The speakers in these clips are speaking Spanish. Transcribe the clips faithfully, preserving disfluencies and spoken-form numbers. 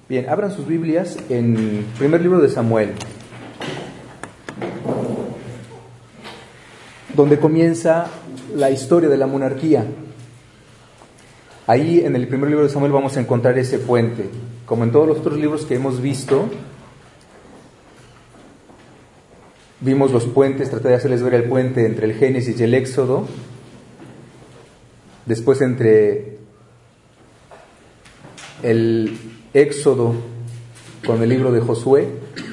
Bien, abran sus Biblias en el primer libro de Samuel, donde comienza la historia de la monarquía. Ahí en el primer libro de Samuel vamos a encontrar ese puente. Como en todos los otros libros que hemos visto, vimos los puentes, traté de hacerles ver el puente entre el Génesis y el Éxodo, después entre el Éxodo con el libro de Josué,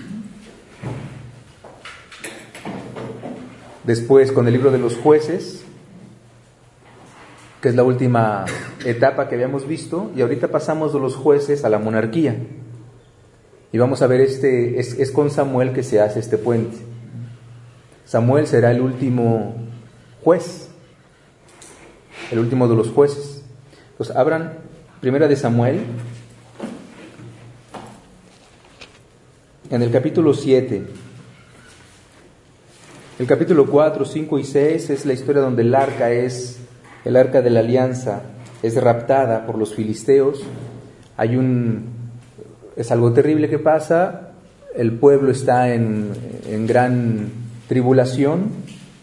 después con el libro de los Jueces, que es la última etapa que habíamos visto, y ahorita pasamos de los jueces a la monarquía. Y vamos a ver, este es, es con Samuel que se hace este puente. Samuel será el último juez, el último de los jueces. Entonces, abran Primera de Samuel, en el capítulo siete. El capítulo cuatro, cinco y seis es la historia donde el arca es, el arca de la alianza, es raptada por los filisteos. Hay un, es algo terrible que pasa, el pueblo está en, en gran tribulación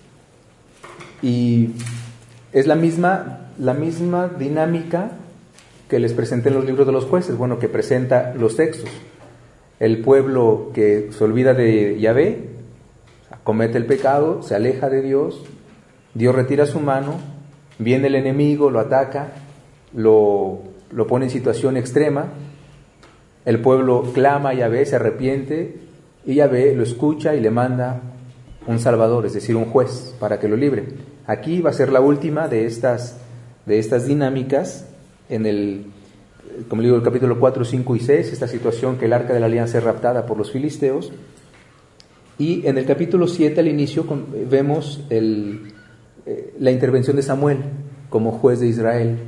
y es la misma, la misma dinámica que les presenté en los libros de los jueces, bueno, que presenta los textos. El pueblo que se olvida de Yahvé, comete el pecado, se aleja de Dios, Dios retira su mano, viene el enemigo, lo ataca, lo, lo pone en situación extrema, el pueblo clama a Yahvé, se arrepiente, y Yahvé lo escucha y le manda un salvador, es decir, un juez, para que lo libre. Aquí va a ser la última de estas, de estas dinámicas, en el, como digo, el capítulo cuatro, cinco y seis, esta situación que el arca de la alianza es raptada por los filisteos. Y en el capítulo siete, al inicio, vemos el, eh, la intervención de Samuel como juez de Israel.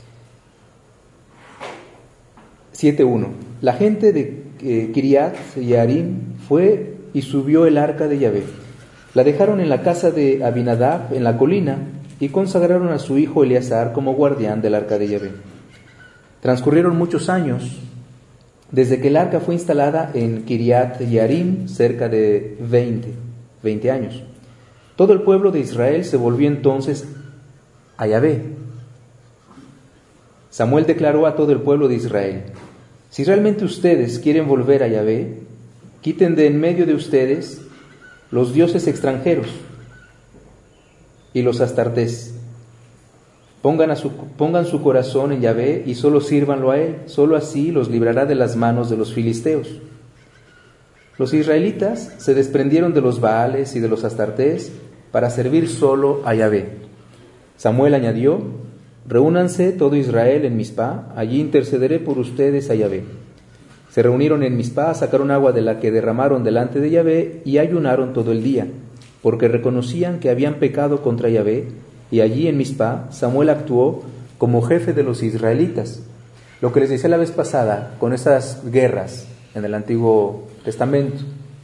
siete uno. La gente de eh, Kiriat Yearim fue y subió el arca de Yahvé. La dejaron en la casa de Abinadab, en la colina, y consagraron a su hijo Eleazar como guardián del arca de Yahvé. Transcurrieron muchos años desde que el arca fue instalada en Kiriat Yearim, cerca de veinte, veinte años. Todo el pueblo de Israel se volvió entonces a Yahvé. Samuel declaró a todo el pueblo de Israel: si realmente ustedes quieren volver a Yahvé, quiten de en medio de ustedes los dioses extranjeros y los astartés. Pongan, a su, pongan su corazón en Yahvé y solo sírvanlo a Él. Solo así los librará de las manos de los filisteos. Los israelitas se desprendieron de los Baales y de los astartés para servir solo a Yahvé. Samuel añadió: reúnanse todo Israel en Mizpá, allí intercederé por ustedes a Yahvé. Se reunieron en Mizpá, sacaron agua de la que derramaron delante de Yahvé y ayunaron todo el día, porque reconocían que habían pecado contra Yahvé. Y allí en Mizpá, Samuel actuó como jefe de los israelitas. Lo que les decía la vez pasada con esas guerras en el Antiguo Testamento.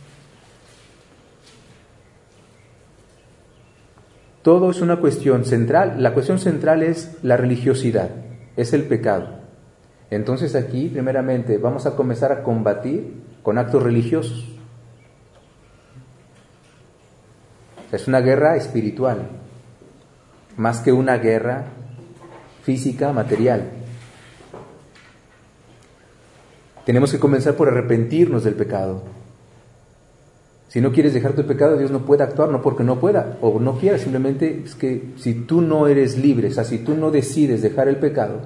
Todo es una cuestión central. La cuestión central es la religiosidad, es el pecado. Entonces aquí, primeramente, vamos a comenzar a combatir con actos religiosos. Es una guerra espiritual, más que una guerra física, material. Tenemos que comenzar por arrepentirnos del pecado. Si no quieres dejar tu pecado, Dios no puede actuar, no porque no pueda o no quiera, simplemente es que si tú no eres libre, o sea, si tú no decides dejar el pecado.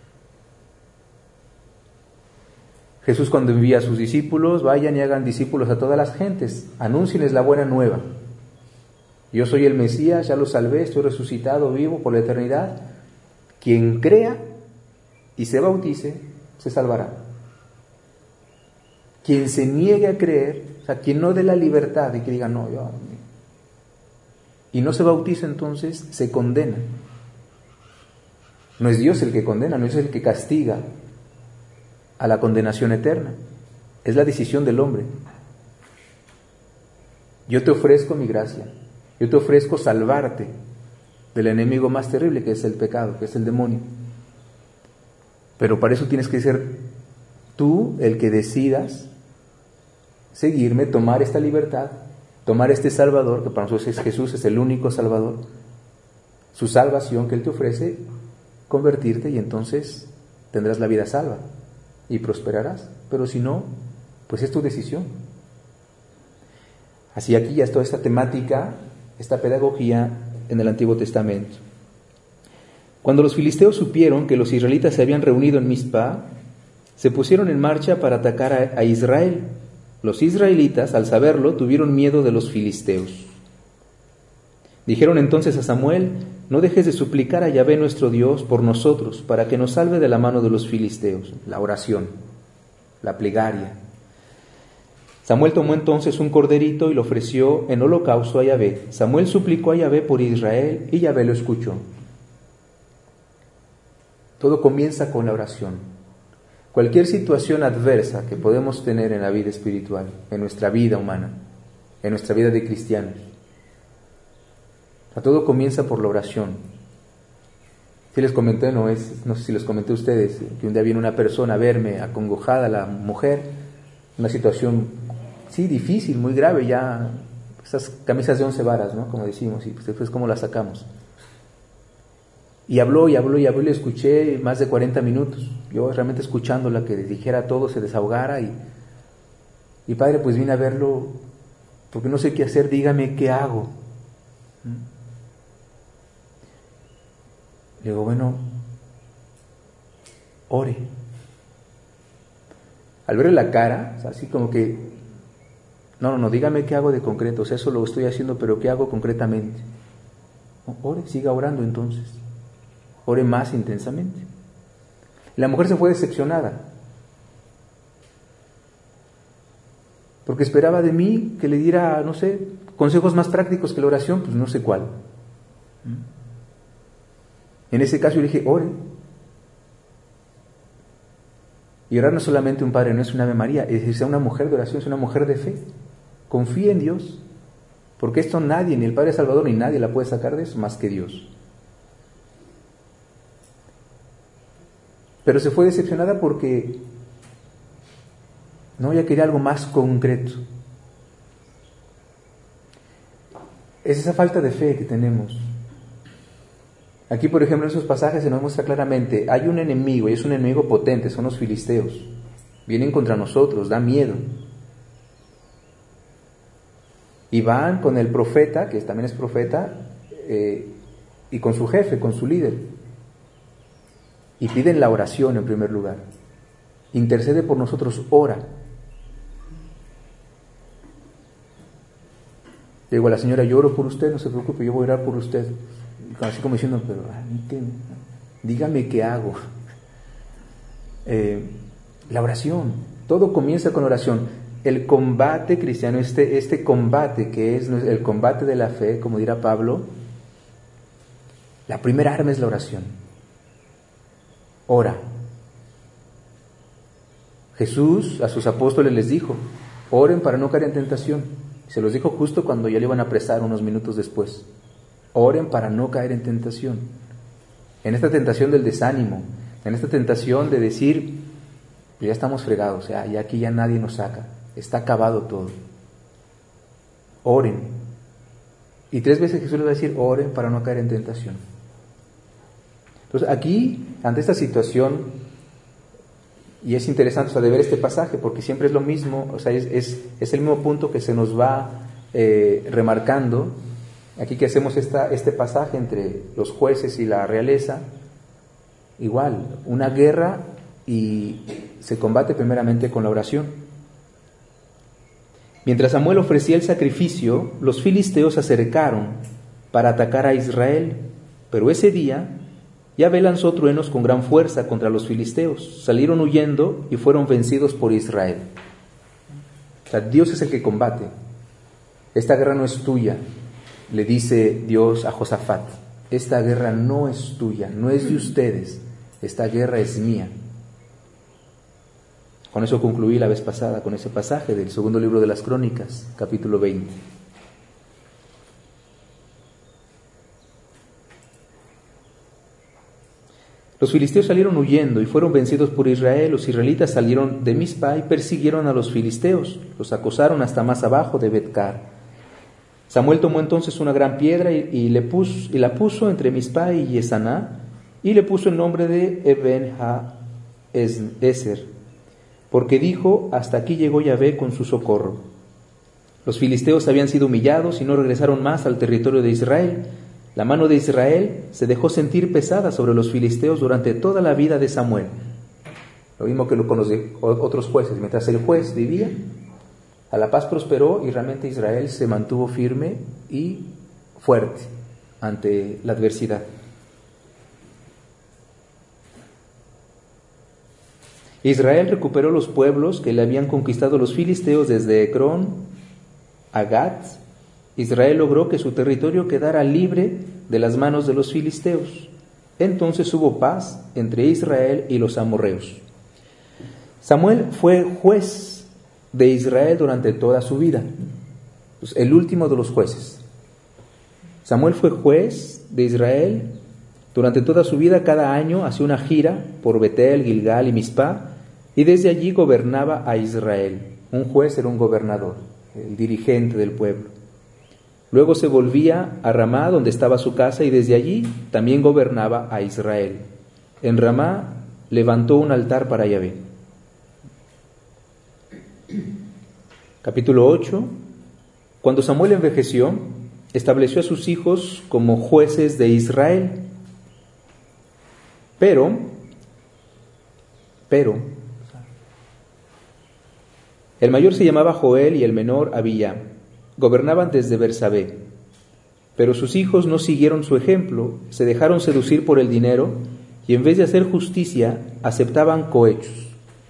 Jesús, cuando envía a sus discípulos, vayan y hagan discípulos a todas las gentes, anúncienles la buena nueva. Yo soy el Mesías, ya lo salvé, estoy resucitado, vivo por la eternidad. Quien crea y se bautice, se salvará. Quien se niegue a creer, o sea, quien no dé la libertad y que diga, no, yo... y no se bautiza, entonces se condena. No es Dios el que condena, no es el que castiga a la condenación eterna. Es la decisión del hombre. Yo te ofrezco mi gracia. Yo te ofrezco salvarte del enemigo más terrible, que es el pecado, que es el demonio. Pero para eso tienes que ser tú el que decidas seguirme, tomar esta libertad, tomar este Salvador, que para nosotros es Jesús, es el único Salvador, su salvación que Él te ofrece, convertirte y entonces tendrás la vida salva y prosperarás. Pero si no, pues es tu decisión. Así aquí ya es toda esta temática, esta pedagogía en el Antiguo Testamento. Cuando los filisteos supieron que los israelitas se habían reunido en Mizpa, se pusieron en marcha para atacar a, a Israel. Los israelitas, al saberlo, tuvieron miedo de los filisteos. Dijeron entonces a Samuel: no dejes de suplicar a Yahvé nuestro Dios por nosotros, para que nos salve de la mano de los filisteos. La oración, la plegaria. Samuel tomó entonces un corderito y lo ofreció en holocausto a Yahvé. Samuel suplicó a Yahvé por Israel y Yahvé lo escuchó. Todo comienza con la oración. Cualquier situación adversa que podemos tener en la vida espiritual, en nuestra vida humana, en nuestra vida de cristianos, a todo comienza por la oración. Si les comenté, no, es, no sé si les comenté a ustedes, que un día viene una persona a verme acongojada, la mujer, una situación, sí, difícil, muy grave, ya, esas camisas de once varas, ¿no? Como decimos, y pues después cómo las sacamos. Y habló, y habló, y habló, y le escuché más de cuarenta minutos. Yo realmente escuchándola, que dijera todo, se desahogara, y, y padre, pues vine a verlo, porque no sé qué hacer, dígame qué hago. Le digo, bueno, ore. Al verle la cara, o sea, así como que, no, no, no, dígame qué hago de concreto, o sea, eso lo estoy haciendo, pero qué hago concretamente. No, ore, siga orando entonces. Ore más intensamente. La mujer se fue decepcionada, porque esperaba de mí que le diera, no sé, consejos más prácticos que la oración, pues no sé cuál. En ese caso yo le dije, ore. Y orar no es solamente un Padre, no es una Ave María, es decir, sea una mujer de oración, es una mujer de fe. Confía en Dios, porque esto nadie, ni el Padre Salvador, ni nadie la puede sacar de eso más que Dios. Pero se fue decepcionada porque no, ella quería algo más concreto. Es esa falta de fe que tenemos. Aquí, por ejemplo, en esos pasajes se nos muestra claramente, hay un enemigo, y es un enemigo potente, son los filisteos. Vienen contra nosotros, da miedo. Y van con el profeta, que también es profeta, eh, y con su jefe, con su líder. Y piden la oración en primer lugar. Intercede por nosotros, ora. Le digo a la señora, yo oro por usted, no se preocupe, yo voy a orar por usted. Así como diciendo, pero ¿qué? Dígame qué hago. Eh, la oración, todo comienza con oración. El combate cristiano, este, este combate que es el combate de la fe, como dirá Pablo, la primera arma es la oración. Ora. Jesús a sus apóstoles les dijo, oren para no caer en tentación. Se los dijo justo cuando ya le iban a apresar unos minutos después. Oren para no caer en tentación. En esta tentación del desánimo, en esta tentación de decir, ya estamos fregados, ya, ya aquí ya nadie nos saca, está acabado todo. Oren. Y tres veces Jesús les va a decir, oren para no caer en tentación. Entonces aquí, ante esta situación, y es interesante, o sea, de ver este pasaje, porque siempre es lo mismo, o sea, es, es, es el mismo punto que se nos va eh, remarcando. Aquí que hacemos esta, este pasaje entre los jueces y la realeza, igual, una guerra y se combate primeramente con la oración. Mientras Samuel ofrecía el sacrificio, los filisteos se acercaron para atacar a Israel, pero ese día Yahvé lanzó truenos con gran fuerza contra los filisteos, salieron huyendo y fueron vencidos por Israel. O sea, Dios es el que combate. Esta guerra no es tuya. Le dice Dios a Josafat, esta guerra no es tuya, no es de ustedes, esta guerra es mía. Con eso concluí la vez pasada, con ese pasaje del segundo libro de las Crónicas, capítulo veinte. Los filisteos salieron huyendo y fueron vencidos por Israel. Los israelitas salieron de Mizpa y persiguieron a los filisteos. Los acosaron hasta más abajo de Bet-car. Samuel tomó entonces una gran piedra y, y, le puso, y la puso entre Mizpa y Yesaná, y le puso el nombre de Eben-ha-ezer, porque dijo: hasta aquí llegó Yahvé con su socorro. Los filisteos habían sido humillados y no regresaron más al territorio de Israel. La mano de Israel se dejó sentir pesada sobre los filisteos durante toda la vida de Samuel. Lo mismo que con los de otros jueces. Mientras el juez vivía, a la paz prosperó y realmente Israel se mantuvo firme y fuerte ante la adversidad. Israel recuperó los pueblos que le habían conquistado los filisteos desde Ecrón a Gat. Israel logró que su territorio quedara libre de las manos de los filisteos. Entonces hubo paz entre Israel y los amorreos. Samuel fue juez de Israel durante toda su vida, pues el último de los jueces. Samuel fue juez de Israel durante toda su vida. Cada año hacía una gira por Betel, Gilgal y Mizpá, y desde allí gobernaba a Israel. Un juez era un gobernador, el dirigente del pueblo. Luego se volvía a Ramá, donde estaba su casa, y desde allí también gobernaba a Israel. En Ramá levantó un altar para Yahvé. Capítulo ocho. Cuando Samuel envejeció, estableció a sus hijos como jueces de Israel. Pero, pero, el mayor se llamaba Joel y el menor Abiyá. Gobernaban desde Bersabé. Pero sus hijos no siguieron su ejemplo, se dejaron seducir por el dinero y en vez de hacer justicia, aceptaban cohechos.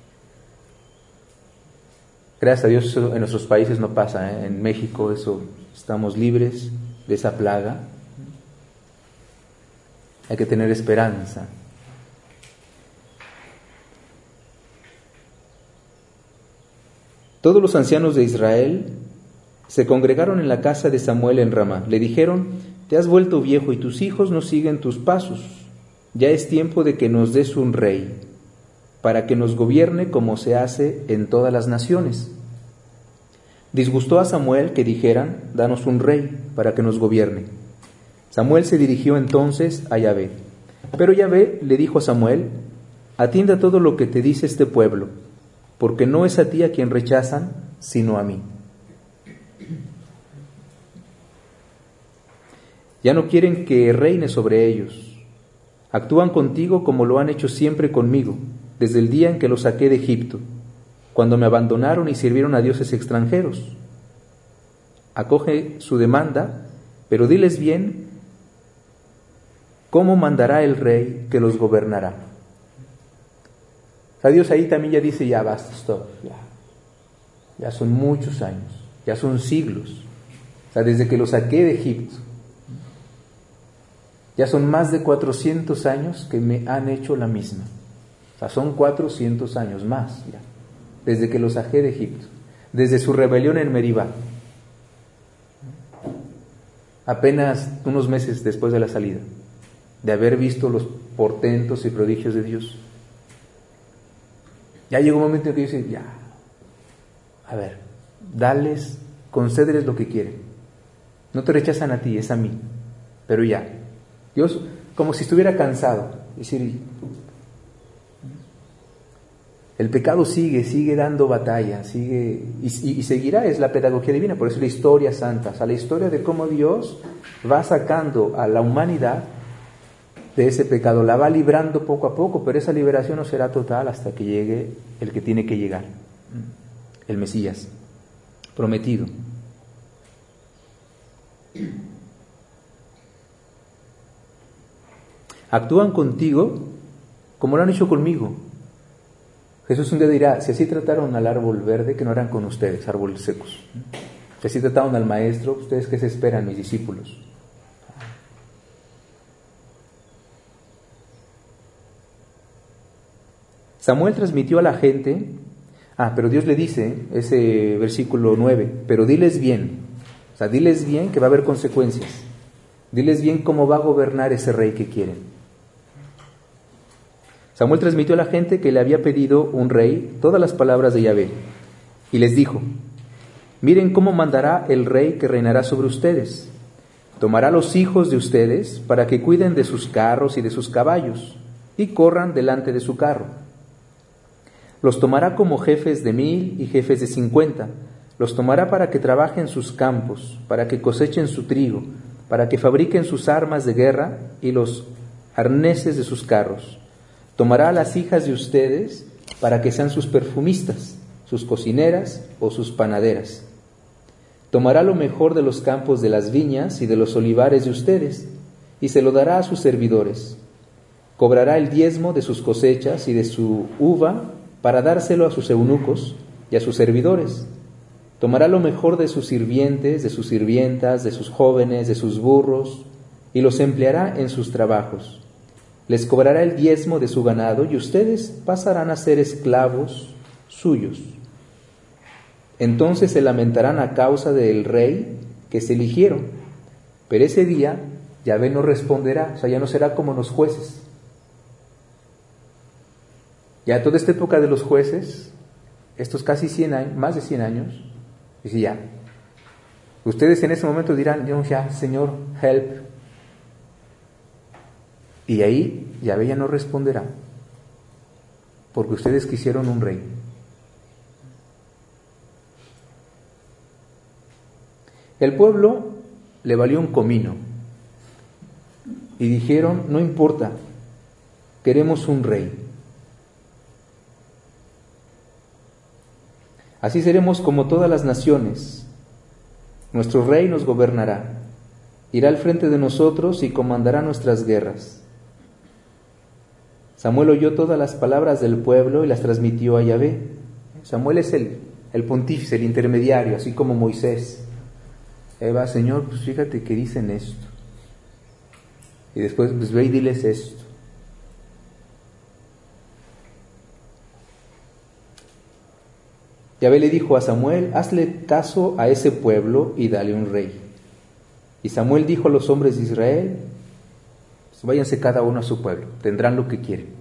Gracias a Dios eso en nuestros países no pasa, ¿eh? En México eso, estamos libres de esa plaga. Hay que tener esperanza. Todos los ancianos de Israel se congregaron en la casa de Samuel en Ramá. Le dijeron: te has vuelto viejo y tus hijos no siguen tus pasos. Ya es tiempo de que nos des un rey, para que nos gobierne como se hace en todas las naciones. Disgustó a Samuel que dijeran: danos un rey para que nos gobierne. Samuel se dirigió entonces a Yahvé. Pero Yahvé le dijo a Samuel: atiende a todo lo que te dice este pueblo, porque no es a ti a quien rechazan, sino a mí. Ya no quieren que reine sobre ellos. Actúan contigo como lo han hecho siempre conmigo, desde el día en que los saqué de Egipto, cuando me abandonaron y sirvieron a dioses extranjeros. Acoge su demanda, pero diles bien cómo mandará el rey que los gobernará. O sea, Dios ahí también ya dice: ya basta, stop, ya, ya son muchos años, ya son siglos. O sea, desde que los saqué de Egipto, ya son más de cuatrocientos años que me han hecho la misma. O sea, son cuatrocientos años más ya, desde que los saqué de Egipto, desde su rebelión en Meribá. Apenas unos meses después de la salida, de haber visto los portentos y prodigios de Dios. Ya llegó un momento en que dice: ya, a ver, dales, concédeles lo que quieren. No te rechazan a ti, es a mí. Pero ya, Dios como si estuviera cansado. Es decir, el pecado sigue, sigue dando batalla, sigue y, y, y seguirá, es la pedagogía divina. Por eso es la historia santa, o sea, la historia de cómo Dios va sacando a la humanidad de ese pecado, la va librando poco a poco, pero esa liberación no será total hasta que llegue el que tiene que llegar, el Mesías prometido. Actúan contigo como lo han hecho conmigo. Jesús un día dirá: si así trataron al árbol verde, ¿qué no harán con ustedes, árboles secos? Si así trataron al maestro, ¿ustedes qué se esperan, mis discípulos? Samuel transmitió a la gente, ah, pero Dios le dice, ese versículo nueve, pero diles bien, o sea, diles bien que va a haber consecuencias, diles bien cómo va a gobernar ese rey que quieren. Samuel transmitió a la gente que le había pedido un rey todas las palabras de Yahvé, y les dijo: miren cómo mandará el rey que reinará sobre ustedes. Tomará los hijos de ustedes para que cuiden de sus carros y de sus caballos, y corran delante de su carro. Los tomará como jefes de mil y jefes de cincuenta. Los tomará para que trabajen sus campos, para que cosechen su trigo, para que fabriquen sus armas de guerra y los arneses de sus carros. Tomará a las hijas de ustedes para que sean sus perfumistas, sus cocineras o sus panaderas. Tomará lo mejor de los campos de las viñas y de los olivares de ustedes, y se lo dará a sus servidores. Cobrará el diezmo de sus cosechas y de su uva para dárselo a sus eunucos y a sus servidores. Tomará lo mejor de sus sirvientes, de sus sirvientas, de sus jóvenes, de sus burros, y los empleará en sus trabajos. Les cobrará el diezmo de su ganado, y ustedes pasarán a ser esclavos suyos. Entonces se lamentarán a causa del rey que se eligieron, pero ese día Yahvé no responderá, o sea, ya no será como los jueces. Ya toda esta época de los jueces, estos casi cien años, más de cien años, dice ya, ustedes en ese momento dirán, ya, Señor, help. Y ahí Yahvé ya no responderá, porque ustedes quisieron un rey. El pueblo le valió un comino y dijeron, no importa, queremos un rey. Así seremos como todas las naciones. Nuestro rey nos gobernará, irá al frente de nosotros y comandará nuestras guerras. Samuel oyó todas las palabras del pueblo y las transmitió a Yahvé. Samuel es el, el pontífice, el intermediario, así como Moisés. Ahí va, Señor, pues fíjate que dicen esto. Y después, pues ve y diles esto. Yahvé le dijo a Samuel, hazle caso a ese pueblo y dale un rey. Y Samuel dijo a los hombres de Israel, pues váyanse cada uno a su pueblo, tendrán lo que quieren.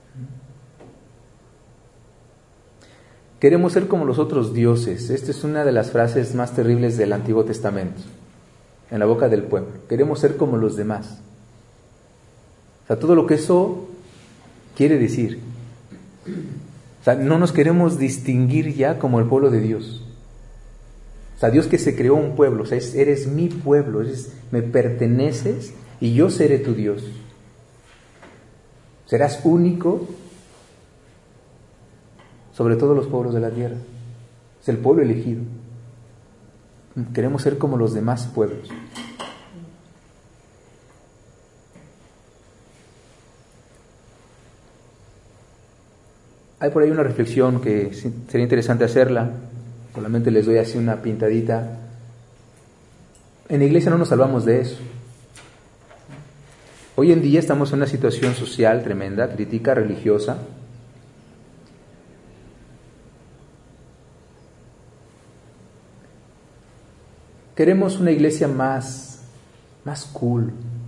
Queremos ser como los otros dioses. Esta es una de las frases más terribles del Antiguo Testamento, en la boca del pueblo. Queremos ser como los demás. O sea, todo lo que eso quiere decir. O sea, no nos queremos distinguir ya como el pueblo de Dios. O sea, Dios que se creó un pueblo, o sea, es, eres mi pueblo, eres, me perteneces y yo seré tu Dios. Serás único sobre todos los pueblos de la tierra. Es el pueblo elegido. Queremos ser como los demás pueblos. Hay por ahí una reflexión que sería interesante hacerla, solamente les doy así una pintadita. En la iglesia no nos salvamos de eso. Hoy en día estamos en una situación social tremenda, crítica, religiosa. Queremos una iglesia más, más cool.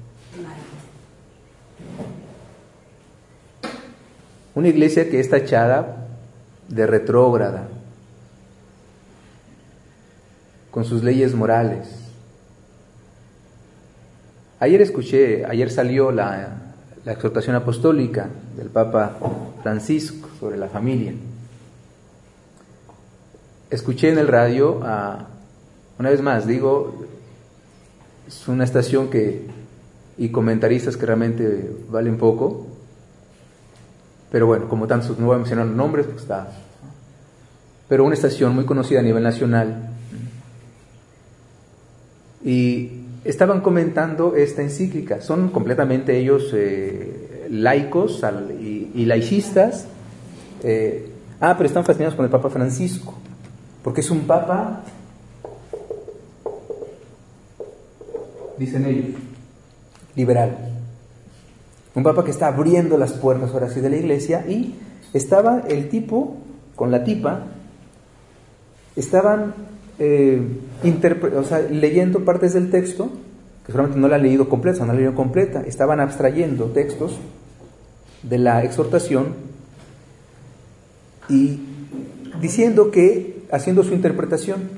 Una iglesia que es tachada de retrógrada, con sus leyes morales. Ayer escuché, ayer salió la, la exhortación apostólica del Papa Francisco sobre la familia. Escuché en el radio, a, una vez más, digo, es una estación que, y comentaristas que realmente valen poco, pero bueno, como tantos, no voy a mencionar los nombres, porque está, pero una estación muy conocida a nivel nacional, y estaban comentando esta encíclica. Son completamente ellos eh, laicos al, y, y laicistas, eh, ah, pero están fascinados con el Papa Francisco, porque es un papa, dicen ellos, liberal. Un papa que está abriendo las puertas ahora sí de la iglesia, y estaba el tipo con la tipa, estaban eh, interpre- o sea, leyendo partes del texto, que seguramente no la han leído completa, no la han leído completa, estaban abstrayendo textos de la exhortación y diciendo que, haciendo su interpretación,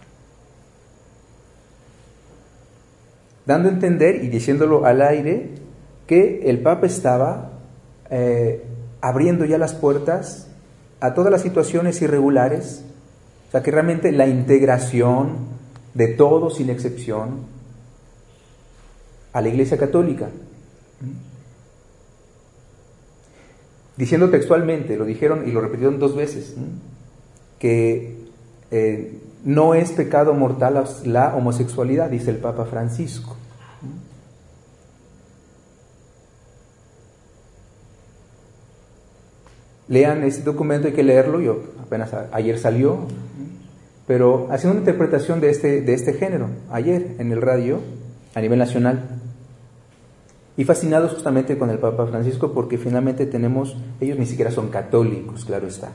dando a entender y diciéndolo al aire que el Papa estaba eh, abriendo ya las puertas a todas las situaciones irregulares, o sea que realmente la integración de todos sin excepción a la Iglesia Católica. Diciendo textualmente, lo dijeron y lo repitieron dos veces, que eh, no es pecado mortal la homosexualidad, dice el Papa Francisco. Lean este documento, hay que leerlo, yo apenas a, ayer salió, pero haciendo una interpretación de este, de este género, ayer en el radio, a nivel nacional, y fascinados justamente con el Papa Francisco, porque finalmente tenemos, ellos ni siquiera son católicos, claro está,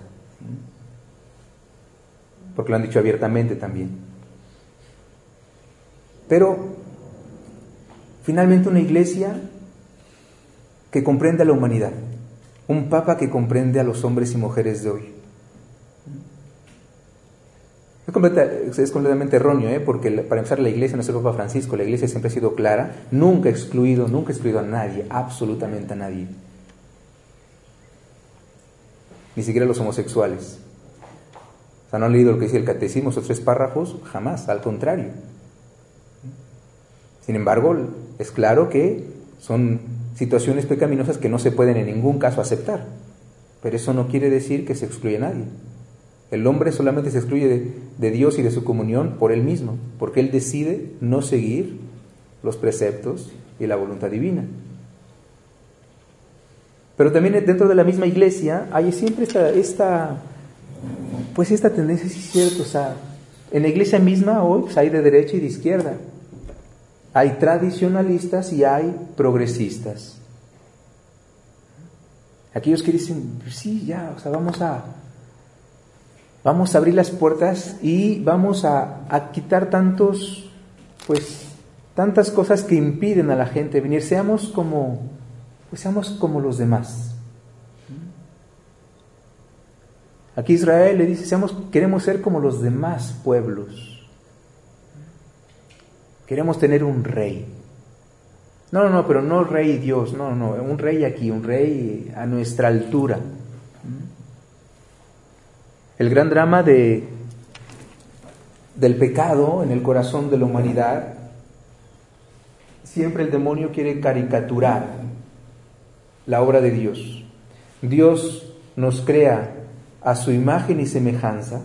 porque lo han dicho abiertamente también, pero finalmente una iglesia que comprende a la humanidad, un Papa que comprende a los hombres y mujeres de hoy. Es, completa, es completamente erróneo, ¿eh? Porque para empezar la Iglesia no es el Papa Francisco, la Iglesia siempre ha sido clara, nunca ha excluido, nunca ha excluido a nadie, absolutamente a nadie. Ni siquiera a los homosexuales. O sea, no han leído lo que dice el Catecismo, esos tres párrafos, jamás, al contrario. Sin embargo, es claro que son situaciones pecaminosas que no se pueden en ningún caso aceptar, pero eso no quiere decir que se excluya a nadie. El hombre solamente se excluye de, de Dios y de su comunión por él mismo, porque él decide no seguir los preceptos y la voluntad divina. Pero también dentro de la misma iglesia hay siempre esta, esta pues esta tendencia, sí es cierto, o sea, en la iglesia misma hoy pues hay de derecha y de izquierda. Hay tradicionalistas y hay progresistas. Aquellos que dicen, pues sí, ya, o sea, vamos a, vamos a abrir las puertas y vamos a, a quitar tantos, pues, tantas cosas que impiden a la gente venir. Seamos como, pues seamos como los demás. Aquí Israel le dice, seamos, queremos ser como los demás pueblos. Queremos tener un rey. No, no, no, pero no rey Dios, no, no, un rey aquí, un rey a nuestra altura. El gran drama de, del pecado en el corazón de la humanidad, siempre el demonio quiere caricaturar la obra de Dios. Dios nos crea a su imagen y semejanza,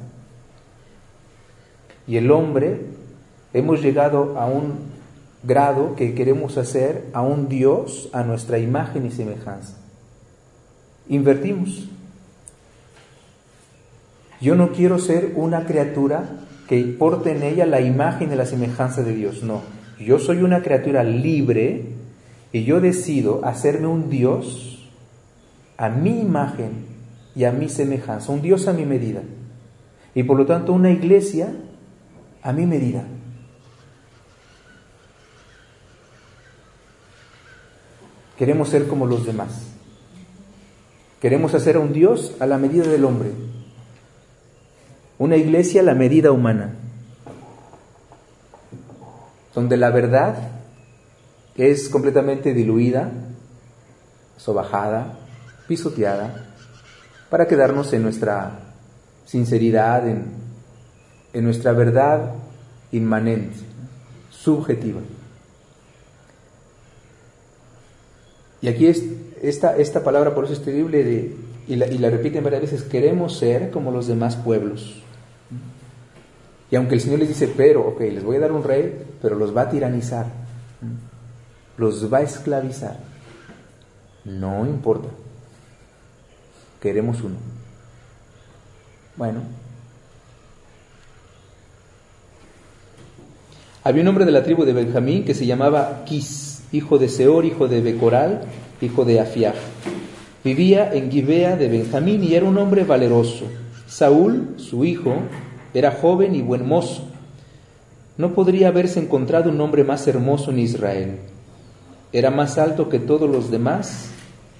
y el hombre hemos llegado a un grado que queremos hacer a un Dios a nuestra imagen y semejanza. Invertimos. Yo no quiero ser una criatura que porte en ella la imagen y la semejanza de Dios, no. Yo soy una criatura libre y yo decido hacerme un Dios a mi imagen y a mi semejanza, un Dios a mi medida. Y por lo tanto una iglesia a mi medida. Queremos ser como los demás. Queremos hacer a un Dios a la medida del hombre. Una iglesia a la medida humana. Donde la verdad es completamente diluida, sobajada, pisoteada, para quedarnos en nuestra sinceridad, en, en nuestra verdad inmanente, subjetiva. Y aquí es esta, esta palabra, por eso es terrible, de, y, la, y la repiten varias veces, queremos ser como los demás pueblos. Y aunque el Señor les dice, pero, ok, les voy a dar un rey, pero los va a tiranizar, los va a esclavizar, no importa, queremos uno. Bueno, había un hombre de la tribu de Benjamín que se llamaba Quis, hijo de Seor, hijo de Becoral, hijo de Afiaf. Vivía en Gibea de Benjamín y era un hombre valeroso. Saúl, su hijo, era joven y buen mozo. No podría haberse encontrado un hombre más hermoso en Israel. Era más alto que todos los demás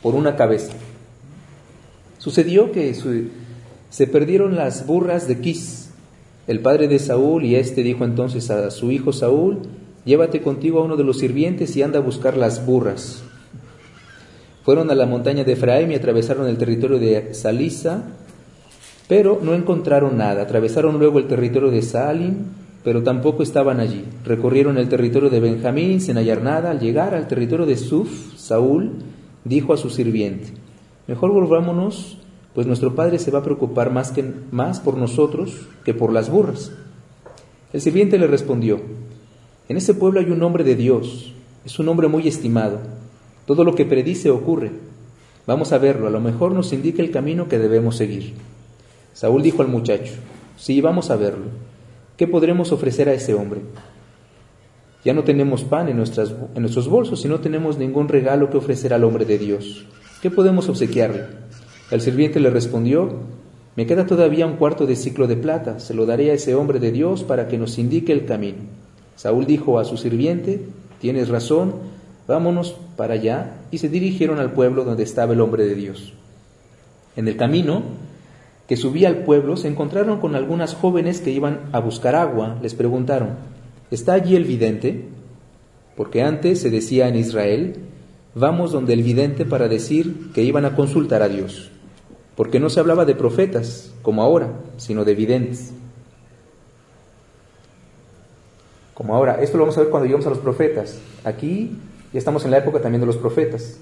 por una cabeza. Sucedió que su, se perdieron las burras de Quis, el padre de Saúl, y éste dijo entonces a su hijo Saúl: llévate contigo a uno de los sirvientes y anda a buscar las burras. Fueron a la montaña de Efraín y atravesaron el territorio de Salisa, pero no encontraron nada. Atravesaron luego el territorio de Saalim, pero tampoco estaban allí. Recorrieron el territorio de Benjamín sin hallar nada. Al llegar al territorio de Suf, Saúl dijo a su sirviente: mejor volvámonos, pues nuestro padre se va a preocupar más, que, más por nosotros que por las burras. El sirviente le respondió: en ese pueblo hay un hombre de Dios, es un hombre muy estimado. Todo lo que predice ocurre. Vamos a verlo, a lo mejor nos indica el camino que debemos seguir. Saúl dijo al muchacho: sí, vamos a verlo. ¿Qué podremos ofrecer a ese hombre? Ya no tenemos pan en, nuestras, en nuestros bolsos y no tenemos ningún regalo que ofrecer al hombre de Dios. ¿Qué podemos obsequiarle? El sirviente le respondió: me queda todavía un cuarto de siclo de plata, se lo daré a ese hombre de Dios para que nos indique el camino. Saúl dijo a su sirviente: tienes razón, vámonos para allá, y se dirigieron al pueblo donde estaba el hombre de Dios. En el camino que subía al pueblo se encontraron con algunas jóvenes que iban a buscar agua. Les preguntaron: ¿está allí el vidente? Porque antes se decía en Israel: vamos donde el vidente para decir que iban a consultar a Dios, porque no se hablaba de profetas como ahora, sino de videntes. Como ahora, esto lo vamos a ver cuando lleguemos a los profetas. Aquí ya estamos en la época también de los profetas.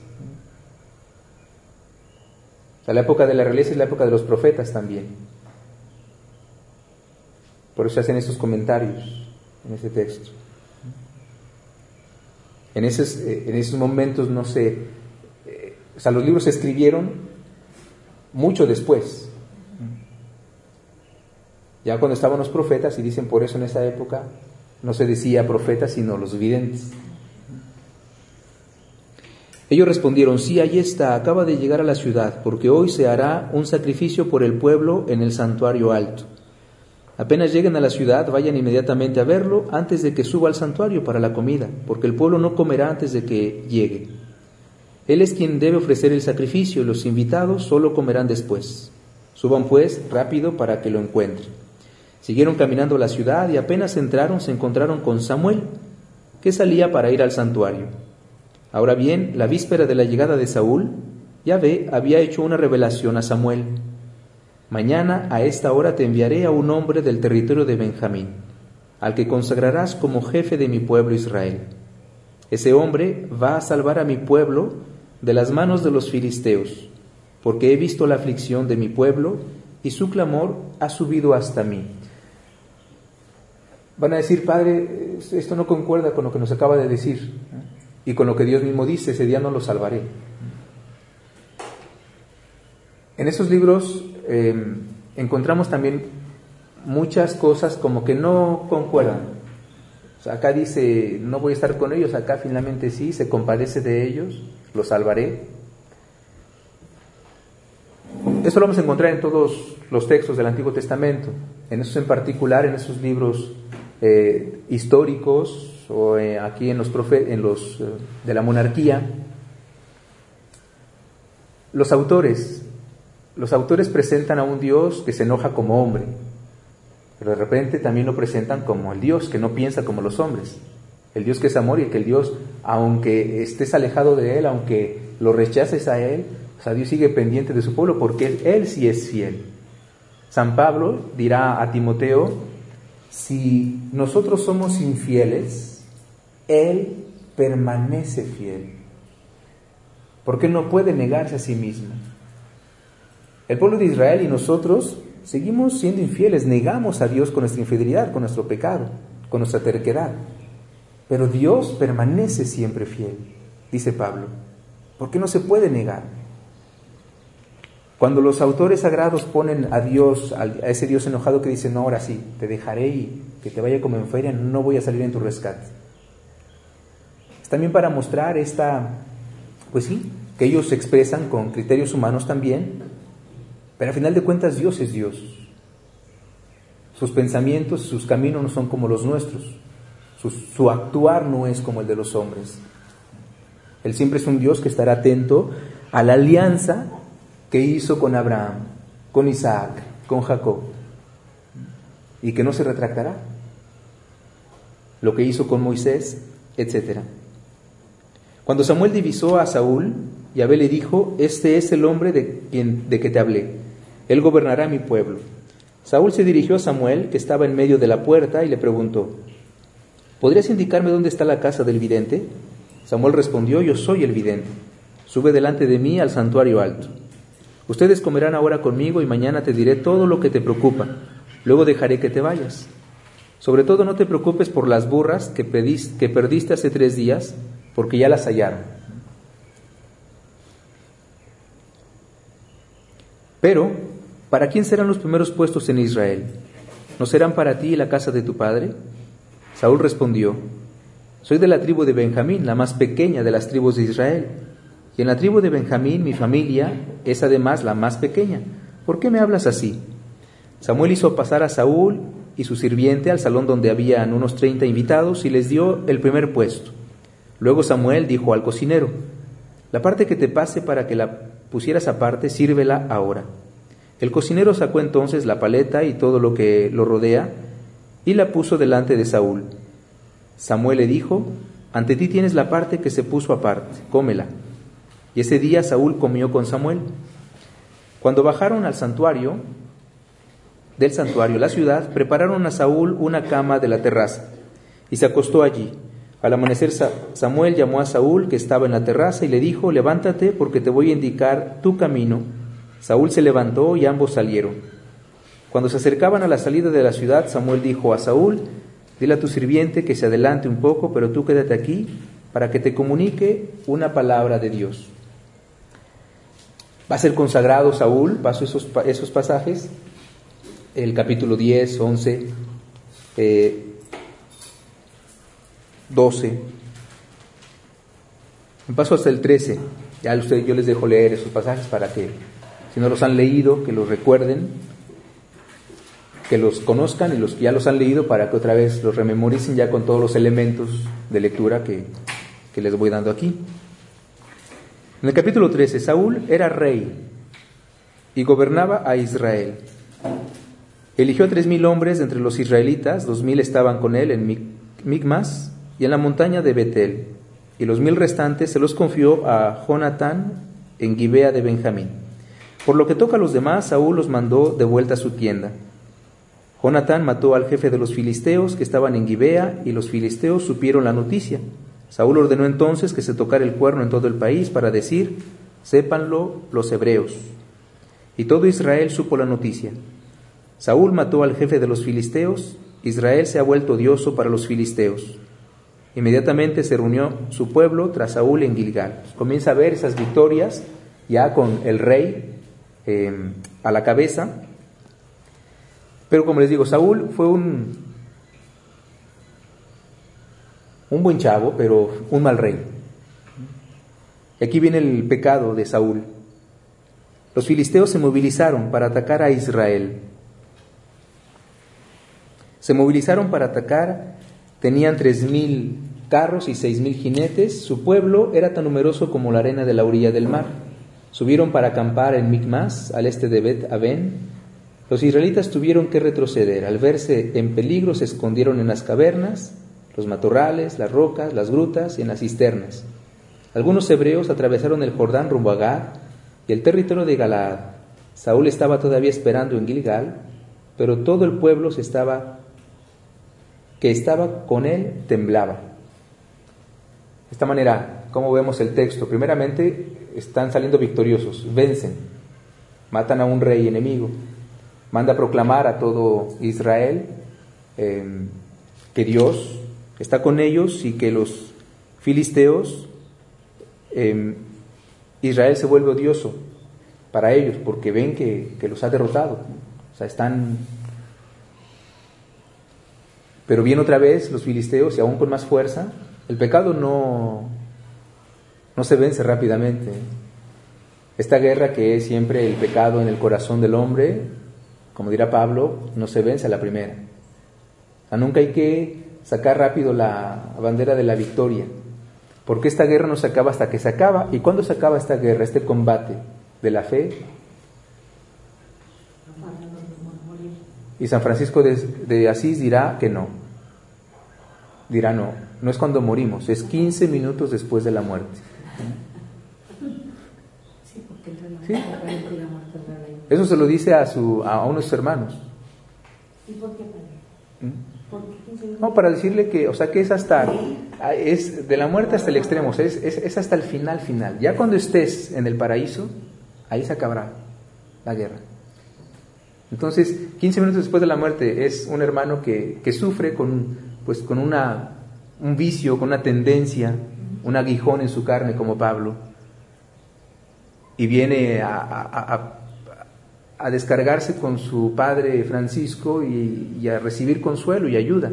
O sea, la época de la realeza es la época de los profetas también. Por eso se hacen estos comentarios en este texto. En esos, en esos momentos, no sé, eh, o sea, los libros se escribieron mucho después. Ya cuando estaban los profetas, y dicen por eso en esa época no se decía profetas, sino los videntes. Ellos respondieron: sí, ahí está, acaba de llegar a la ciudad, porque hoy se hará un sacrificio por el pueblo en el santuario alto. Apenas lleguen a la ciudad, vayan inmediatamente a verlo antes de que suba al santuario para la comida, porque el pueblo no comerá antes de que llegue. Él es quien debe ofrecer el sacrificio, y los invitados solo comerán después. Suban pues rápido para que lo encuentren. Siguieron caminando a la ciudad y apenas entraron se encontraron con Samuel, que salía para ir al santuario. Ahora bien, la víspera de la llegada de Saúl, Yahvé había hecho una revelación a Samuel: mañana a esta hora te enviaré a un hombre del territorio de Benjamín, al que consagrarás como jefe de mi pueblo Israel. Ese hombre va a salvar a mi pueblo de las manos de los filisteos, porque he visto la aflicción de mi pueblo y su clamor ha subido hasta mí. Van a decir: padre, esto no concuerda con lo que nos acaba de decir, ¿eh? Y con lo que Dios mismo dice: ese día no lo salvaré. En esos libros eh, encontramos también muchas cosas como que no concuerdan. O sea, acá dice: no voy a estar con ellos, acá finalmente sí, se compadece de ellos, los salvaré. Esto lo vamos a encontrar en todos los textos del Antiguo Testamento, en esos en particular, en esos libros eh, históricos, o eh, aquí en los, profe- en los eh, de la monarquía. Los autores, los autores presentan a un Dios que se enoja como hombre, pero de repente también lo presentan como el Dios que no piensa como los hombres, el Dios que es amor, y que el Dios, aunque estés alejado de Él, aunque lo rechaces a Él, o sea, Dios sigue pendiente de su pueblo porque Él, Él sí es fiel. San Pablo dirá a Timoteo: si nosotros somos infieles, Él permanece fiel, porque Él no puede negarse a sí mismo. El pueblo de Israel y nosotros seguimos siendo infieles, negamos a Dios con nuestra infidelidad, con nuestro pecado, con nuestra terquedad, pero Dios permanece siempre fiel, dice Pablo, porque no se puede negar. Cuando los autores sagrados ponen a Dios, a ese Dios enojado que dice: no, ahora sí, te dejaré y que te vaya como en feria, no voy a salir en tu rescate. Es también para mostrar esta, pues sí, que ellos se expresan con criterios humanos también, pero al final de cuentas Dios es Dios. Sus pensamientos, sus caminos no son como los nuestros, su, su actuar no es como el de los hombres. Él siempre es un Dios que estará atento a la alianza que hizo con Abraham, con Isaac, con Jacob, y que no se retractará. Lo que hizo con Moisés, etcétera. Cuando Samuel divisó a Saúl, Yahvé le dijo: este es el hombre de, quien, de que te hablé, él gobernará mi pueblo. Saúl se dirigió a Samuel, que estaba en medio de la puerta, y le preguntó: ¿podrías indicarme dónde está la casa del vidente? Samuel respondió: yo soy el vidente. Sube delante de mí al santuario alto. Ustedes comerán ahora conmigo y mañana te diré todo lo que te preocupa. Luego dejaré que te vayas. Sobre todo no te preocupes por las burras que, pediste, que perdiste hace tres días, porque ya las hallaron. Pero, ¿para quién serán los primeros puestos en Israel? ¿No serán para ti y la casa de tu padre? Saúl respondió: soy de la tribu de Benjamín, la más pequeña de las tribus de Israel. Y en la tribu de Benjamín mi familia es además la más pequeña. ¿Por qué me hablas así? Samuel hizo pasar a Saúl y su sirviente al salón donde habían unos treinta invitados y les dio el primer puesto. Luego Samuel dijo al cocinero: la parte que te pase para que la pusieras aparte, sírvela ahora. El cocinero sacó entonces la paleta y todo lo que lo rodea y la puso delante de Saúl. Samuel le dijo: ante ti tienes la parte que se puso aparte, cómela. Y ese día Saúl comió con Samuel. Cuando bajaron al santuario, del santuario la ciudad, prepararon a Saúl una cama de la terraza y se acostó allí. Al amanecer Samuel llamó a Saúl, que estaba en la terraza, y le dijo: levántate, porque te voy a indicar tu camino. Saúl se levantó y ambos salieron. Cuando se acercaban a la salida de la ciudad, Samuel dijo a Saúl: dile a tu sirviente que se adelante un poco, pero tú quédate aquí para que te comunique una palabra de Dios. Va a ser consagrado Saúl, paso esos, esos pasajes, el capítulo diez, once, eh, doce. Paso hasta el trece. Ya ustedes, yo les dejo leer esos pasajes para que, si no los han leído, que los recuerden, que los conozcan, y los que ya los han leído, para que otra vez los rememoricen ya con todos los elementos de lectura que, que les voy dando aquí. En el capítulo trece, Saúl era rey y gobernaba a Israel. Eligió a tres mil hombres entre los israelitas, dos mil estaban con él en Micmas y en la montaña de Betel, y los mil restantes se los confió a Jonatán en Gibea de Benjamín. Por lo que toca a los demás, Saúl los mandó de vuelta a su tienda. Jonatán mató al jefe de los filisteos que estaban en Gibea, y los filisteos supieron la noticia. Saúl ordenó entonces que se tocara el cuerno en todo el país para decir: sépanlo los hebreos. Y todo Israel supo la noticia. Saúl mató al jefe de los filisteos, Israel se ha vuelto odioso para los filisteos. Inmediatamente se reunió su pueblo tras Saúl en Gilgal. Comienza a ver esas victorias ya con el rey eh, a la cabeza. Pero como les digo, Saúl fue un un buen chavo, pero un mal rey. Y aquí viene el pecado de Saúl. Los filisteos se movilizaron para atacar a Israel. Se movilizaron para atacar, tenían tres mil carros y seis mil jinetes. Su pueblo era tan numeroso como la arena de la orilla del mar. Subieron para acampar en Micmas, al este de Bet-Aven. Los israelitas tuvieron que retroceder. Al verse en peligro, se escondieron en las cavernas, los matorrales, las rocas, las grutas y en las cisternas. Algunos hebreos atravesaron el Jordán rumbo a Gad y el territorio de Galaad. Saúl estaba todavía esperando en Gilgal, pero todo el pueblo se estaba, que estaba con él temblaba. De esta manera, ¿cómo vemos el texto? Primeramente, están saliendo victoriosos, vencen, matan a un rey enemigo, manda a proclamar a todo Israel eh, que Dios está con ellos y que los filisteos, eh, Israel se vuelve odioso para ellos porque ven que, que los ha derrotado. O sea, están... Pero vienen otra vez los filisteos y aún con más fuerza. El pecado no, no se vence rápidamente. Esta guerra, que es siempre el pecado en el corazón del hombre, como dirá Pablo, no se vence a la primera. O sea, nunca hay que sacar rápido la bandera de la victoria, Porque esta guerra no se acaba hasta que se acaba. ¿Y cuándo se acaba esta guerra, este combate de la fe? Y San Francisco de, de Asís dirá que no. Dirá no, no es cuando morimos, es quince minutos después de la muerte. ¿Sí? Eso se lo dice a, su, a unos hermanos. ¿Y por qué? No, para decirle que, o sea, que es hasta, es de la muerte hasta el extremo, o sea, es, es, es hasta el final, final. Ya cuando estés en el paraíso, ahí se acabará la guerra. Entonces, quince minutos después de la muerte es un hermano que, que sufre con, pues, con una, un vicio, con una tendencia, un aguijón en su carne como Pablo, y viene a, a, a, a descargarse con su padre Francisco y, y a recibir consuelo y ayuda.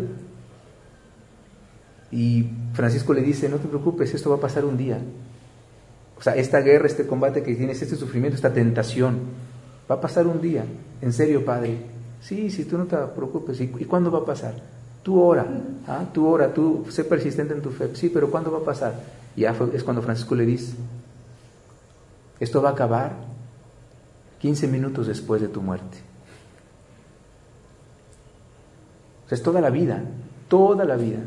Y Francisco le dice, no te preocupes, esto va a pasar un día. O sea, esta guerra, este combate que tienes, este sufrimiento, esta tentación, va a pasar un día. ¿En serio, padre? Sí, sí, tú no te preocupes. ¿Y, y cuándo va a pasar? Tú ora, ¿ah? Tú ora, tú sé persistente en tu fe. Sí, pero ¿cuándo va a pasar? Y ya fue, es cuando Francisco le dice, esto va a acabar quince minutos después de tu muerte. O sea, es toda la vida, toda la vida.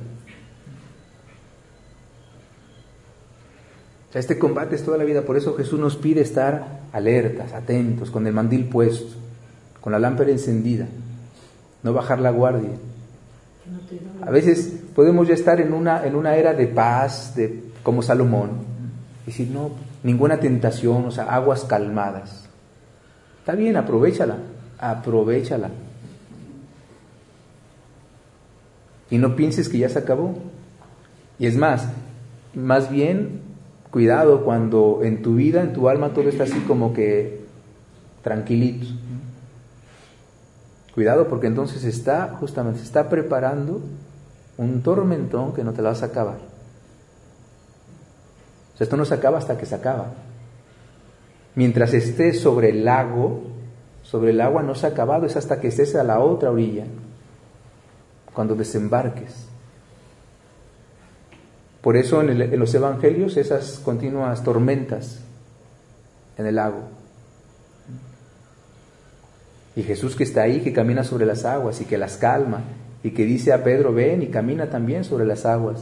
O sea, este combate es toda la vida, por eso Jesús nos pide estar alertas, atentos, con el mandil puesto, con la lámpara encendida, no bajar la guardia. A veces podemos ya estar en una, en una era de paz, de, como Salomón, y decir, no, ninguna tentación, o sea, aguas calmadas. Está bien, aprovéchala, aprovéchala. Y no pienses que ya se acabó. Y es más, más bien, cuidado cuando en tu vida, en tu alma, todo está así como que tranquilito. Cuidado porque entonces está, justamente, se está preparando un tormentón que no te la vas a acabar. O sea, esto no se acaba hasta que se acaba. Mientras estés sobre el lago, sobre el agua no se ha acabado, es hasta que estés a la otra orilla, cuando desembarques. Por eso en, el, en los evangelios esas continuas tormentas en el lago. Y Jesús que está ahí, que camina sobre las aguas y que las calma, y que dice a Pedro, ven y camina también sobre las aguas.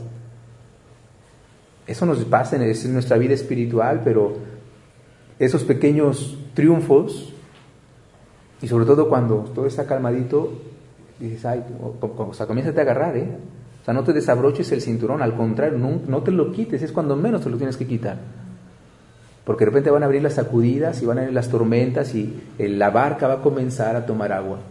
Eso nos pasa en, en nuestra vida espiritual, pero esos pequeños triunfos, y sobre todo cuando todo está calmadito, dices, ay, o, o, o sea, comiénzate a agarrar, ¿eh? O sea, no te desabroches el cinturón, al contrario, no, no te lo quites, es cuando menos te lo tienes que quitar. Porque de repente van a abrir las sacudidas y van a venir las tormentas y la barca va a comenzar a tomar agua.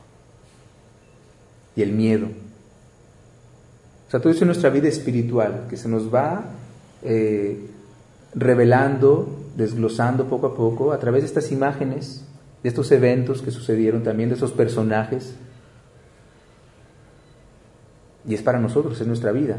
Y el miedo. O sea, todo eso en nuestra vida espiritual, que se nos va eh, revelando, desglosando poco a poco, a través de estas imágenes, de estos eventos que sucedieron también, de esos personajes. Y es para nosotros, es nuestra vida.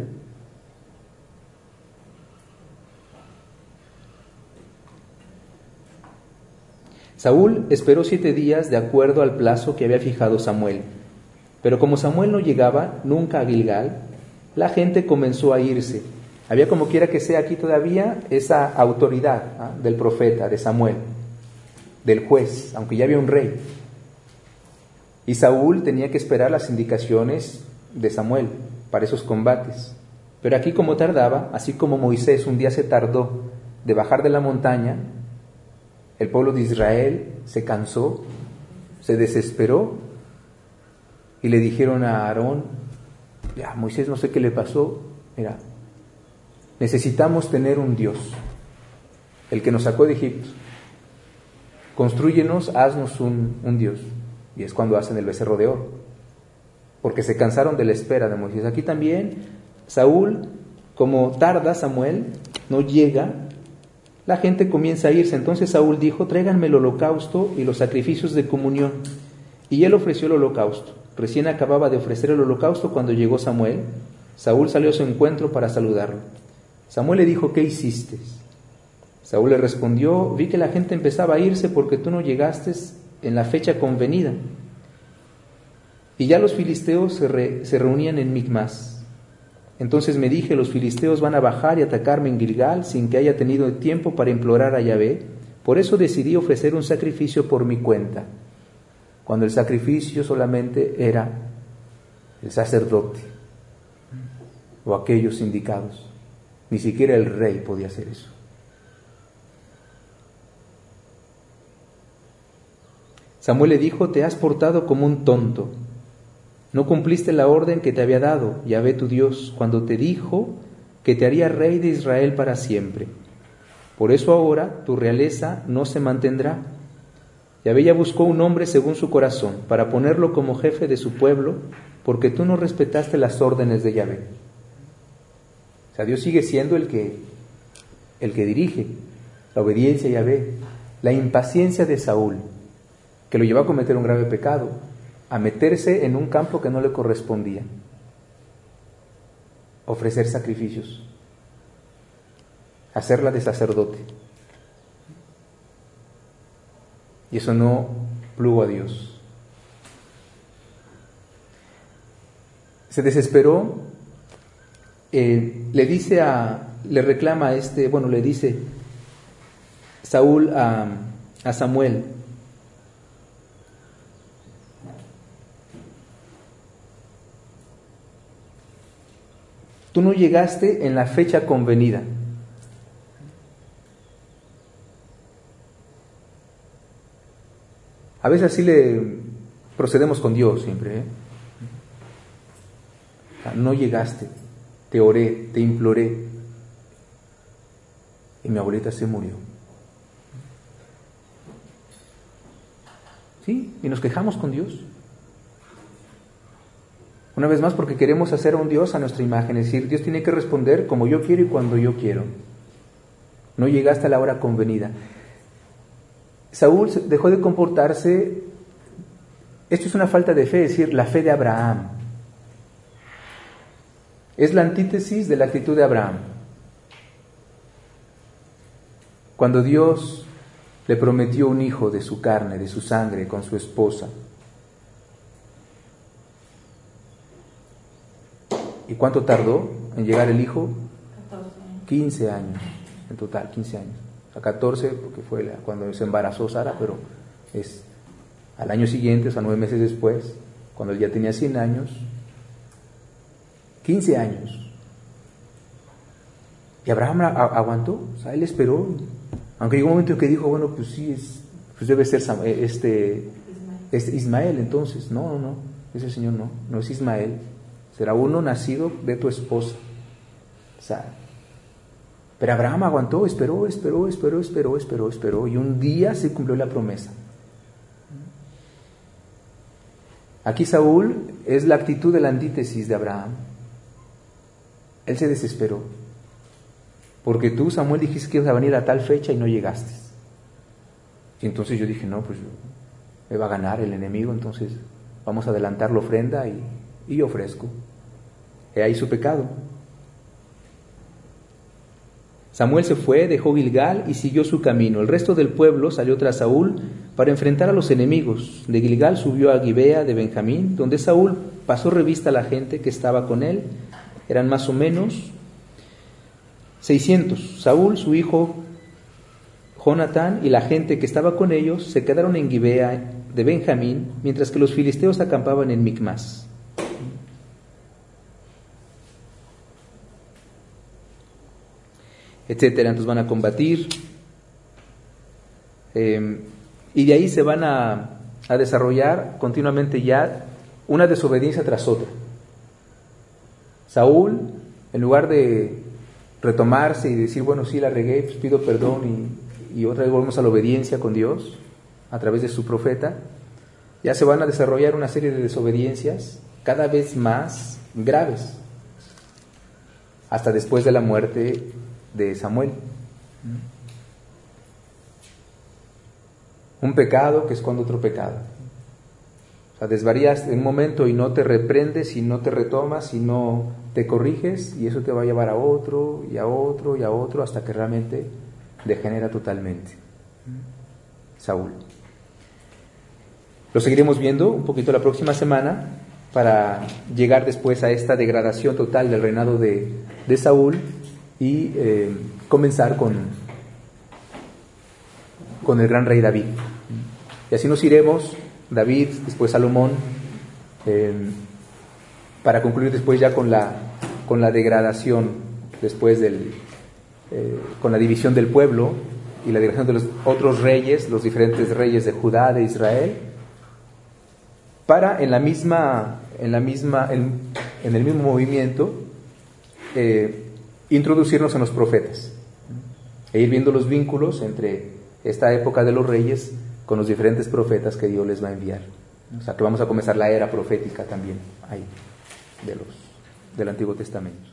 Saúl esperó siete días de acuerdo al plazo que había fijado Samuel. Pero como Samuel no llegaba nunca a Gilgal, la gente comenzó a irse. Había como quiera que sea aquí todavía esa autoridad, ¿ah?, del profeta, de Samuel, del juez, aunque ya había un rey. Y Saúl tenía que esperar las indicaciones de Samuel para esos combates. Pero aquí como tardaba, así como Moisés un día se tardó de bajar de la montaña, el pueblo de Israel se cansó, se desesperó y le dijeron a Aarón, ya Moisés no sé qué le pasó, mira, necesitamos tener un Dios, el que nos sacó de Egipto, constrúyenos, haznos un, un Dios. Y es cuando hacen el becerro de oro, porque se cansaron de la espera de Moisés. Aquí también Saúl, como tarda Samuel, no llega, la gente comienza a irse. Entonces Saúl dijo, tráiganme el holocausto y los sacrificios de comunión. Y él ofreció el holocausto. Recién acababa de ofrecer el holocausto cuando llegó Samuel. Saúl salió a su encuentro para saludarlo. Samuel le dijo, ¿qué hiciste? Saúl le respondió, vi que la gente empezaba a irse porque tú no llegaste en la fecha convenida. Y ya los filisteos se, re, se reunían en Micmas. Entonces me dije, los filisteos van a bajar y atacarme en Gilgal sin que haya tenido tiempo para implorar a Yahvé. Por eso decidí ofrecer un sacrificio por mi cuenta, cuando el sacrificio solamente era el sacerdote o aquellos indicados. Ni siquiera el rey podía hacer eso. Samuel le dijo, te has portado como un tonto. No cumpliste la orden que te había dado Yahvé tu Dios cuando te dijo que te haría rey de Israel para siempre. Por eso ahora tu realeza no se mantendrá. Yahvé ya buscó un hombre según su corazón para ponerlo como jefe de su pueblo, porque tú no respetaste las órdenes de Yahvé. O sea, Dios sigue siendo el que, el que dirige la obediencia a Yahvé. La impaciencia de Saúl, que lo llevó a cometer un grave pecado, a meterse en un campo que no le correspondía, ofrecer sacrificios, hacerla de sacerdote. Y eso no plugo a Dios. Se desesperó, eh, le dice a, le reclama a este, bueno, le dice Saúl a, a Samuel, tú no llegaste en la fecha convenida. A veces así le procedemos con Dios siempre, ¿eh? No llegaste, te oré, te imploré, y mi abuelita se murió. ¿Sí? Y nos quejamos con Dios. Una vez más, porque queremos hacer a un Dios a nuestra imagen, es decir, Dios tiene que responder como yo quiero y cuando yo quiero. No llegaste a la hora convenida. Saúl dejó de comportarse, esto es una falta de fe, es decir, la fe de Abraham. Es la antítesis de la actitud de Abraham. Cuando Dios le prometió un hijo de su carne, de su sangre, con su esposa, ¿y cuánto tardó en llegar el hijo? quince años, en total, quince años. A catorce, porque fue la, cuando se embarazó Sara, pero es al año siguiente, o sea, nueve meses después, cuando él ya tenía cien años, quince años. Y Abraham a, a, aguantó, o sea, él esperó, aunque llegó un momento en que dijo, bueno, pues sí, es, pues debe ser este, este Ismael, entonces, no, no, no, ese señor no, no es Ismael. Será uno nacido de tu esposa. O sea, pero Abraham aguantó, esperó, esperó, esperó, esperó, esperó, esperó, y un día se cumplió la promesa. Aquí Saúl es la actitud de la antítesis de Abraham. Él se desesperó, porque tú, Samuel, dijiste que ibas a venir a tal fecha y no llegaste. Y entonces yo dije, no, pues me va a ganar el enemigo, entonces vamos a adelantar la ofrenda y y yo ofrezco. He ahí su pecado. Samuel se fue, dejó Gilgal y siguió su camino. El resto del pueblo salió tras Saúl para enfrentar a los enemigos. De Gilgal subió a Gibea de Benjamín, donde Saúl pasó revista a la gente que estaba con él. Eran más o menos seiscientos. Saúl, su hijo Jonatán y la gente que estaba con ellos se quedaron en Gibea de Benjamín, mientras que los filisteos acampaban en Micmas. Etcétera. Entonces van a combatir eh, y de ahí se van a, a desarrollar continuamente ya una desobediencia tras otra. Saúl, en lugar de retomarse y decir, bueno, sí la regué, pues pido perdón y, y otra vez volvemos a la obediencia con Dios a través de su profeta, ya se van a desarrollar una serie de desobediencias cada vez más graves hasta después de la muerte de Samuel. Un pecado que esconde otro pecado. O sea, desvarías en un momento y no te reprendes y no te retomas y no te corriges, y eso te va a llevar a otro y a otro y a otro hasta que realmente degenera totalmente. Saúl. Lo seguiremos viendo un poquito la próxima semana. para llegar después a esta degradación total del reinado de, de Saúl y eh, comenzar con, con el gran rey David. Y así nos iremos, David, después Salomón, eh, para concluir después ya con la, con la degradación, después del, eh, con la división del pueblo y la degradación de los otros reyes, los diferentes reyes de Judá, de Israel, para en la misma, en la misma, en, en el mismo movimiento, eh, introducirnos en los profetas e ir viendo los vínculos entre esta época de los reyes con los diferentes profetas que Dios les va a enviar. O sea que vamos a comenzar la era profética también ahí de los del Antiguo Testamento.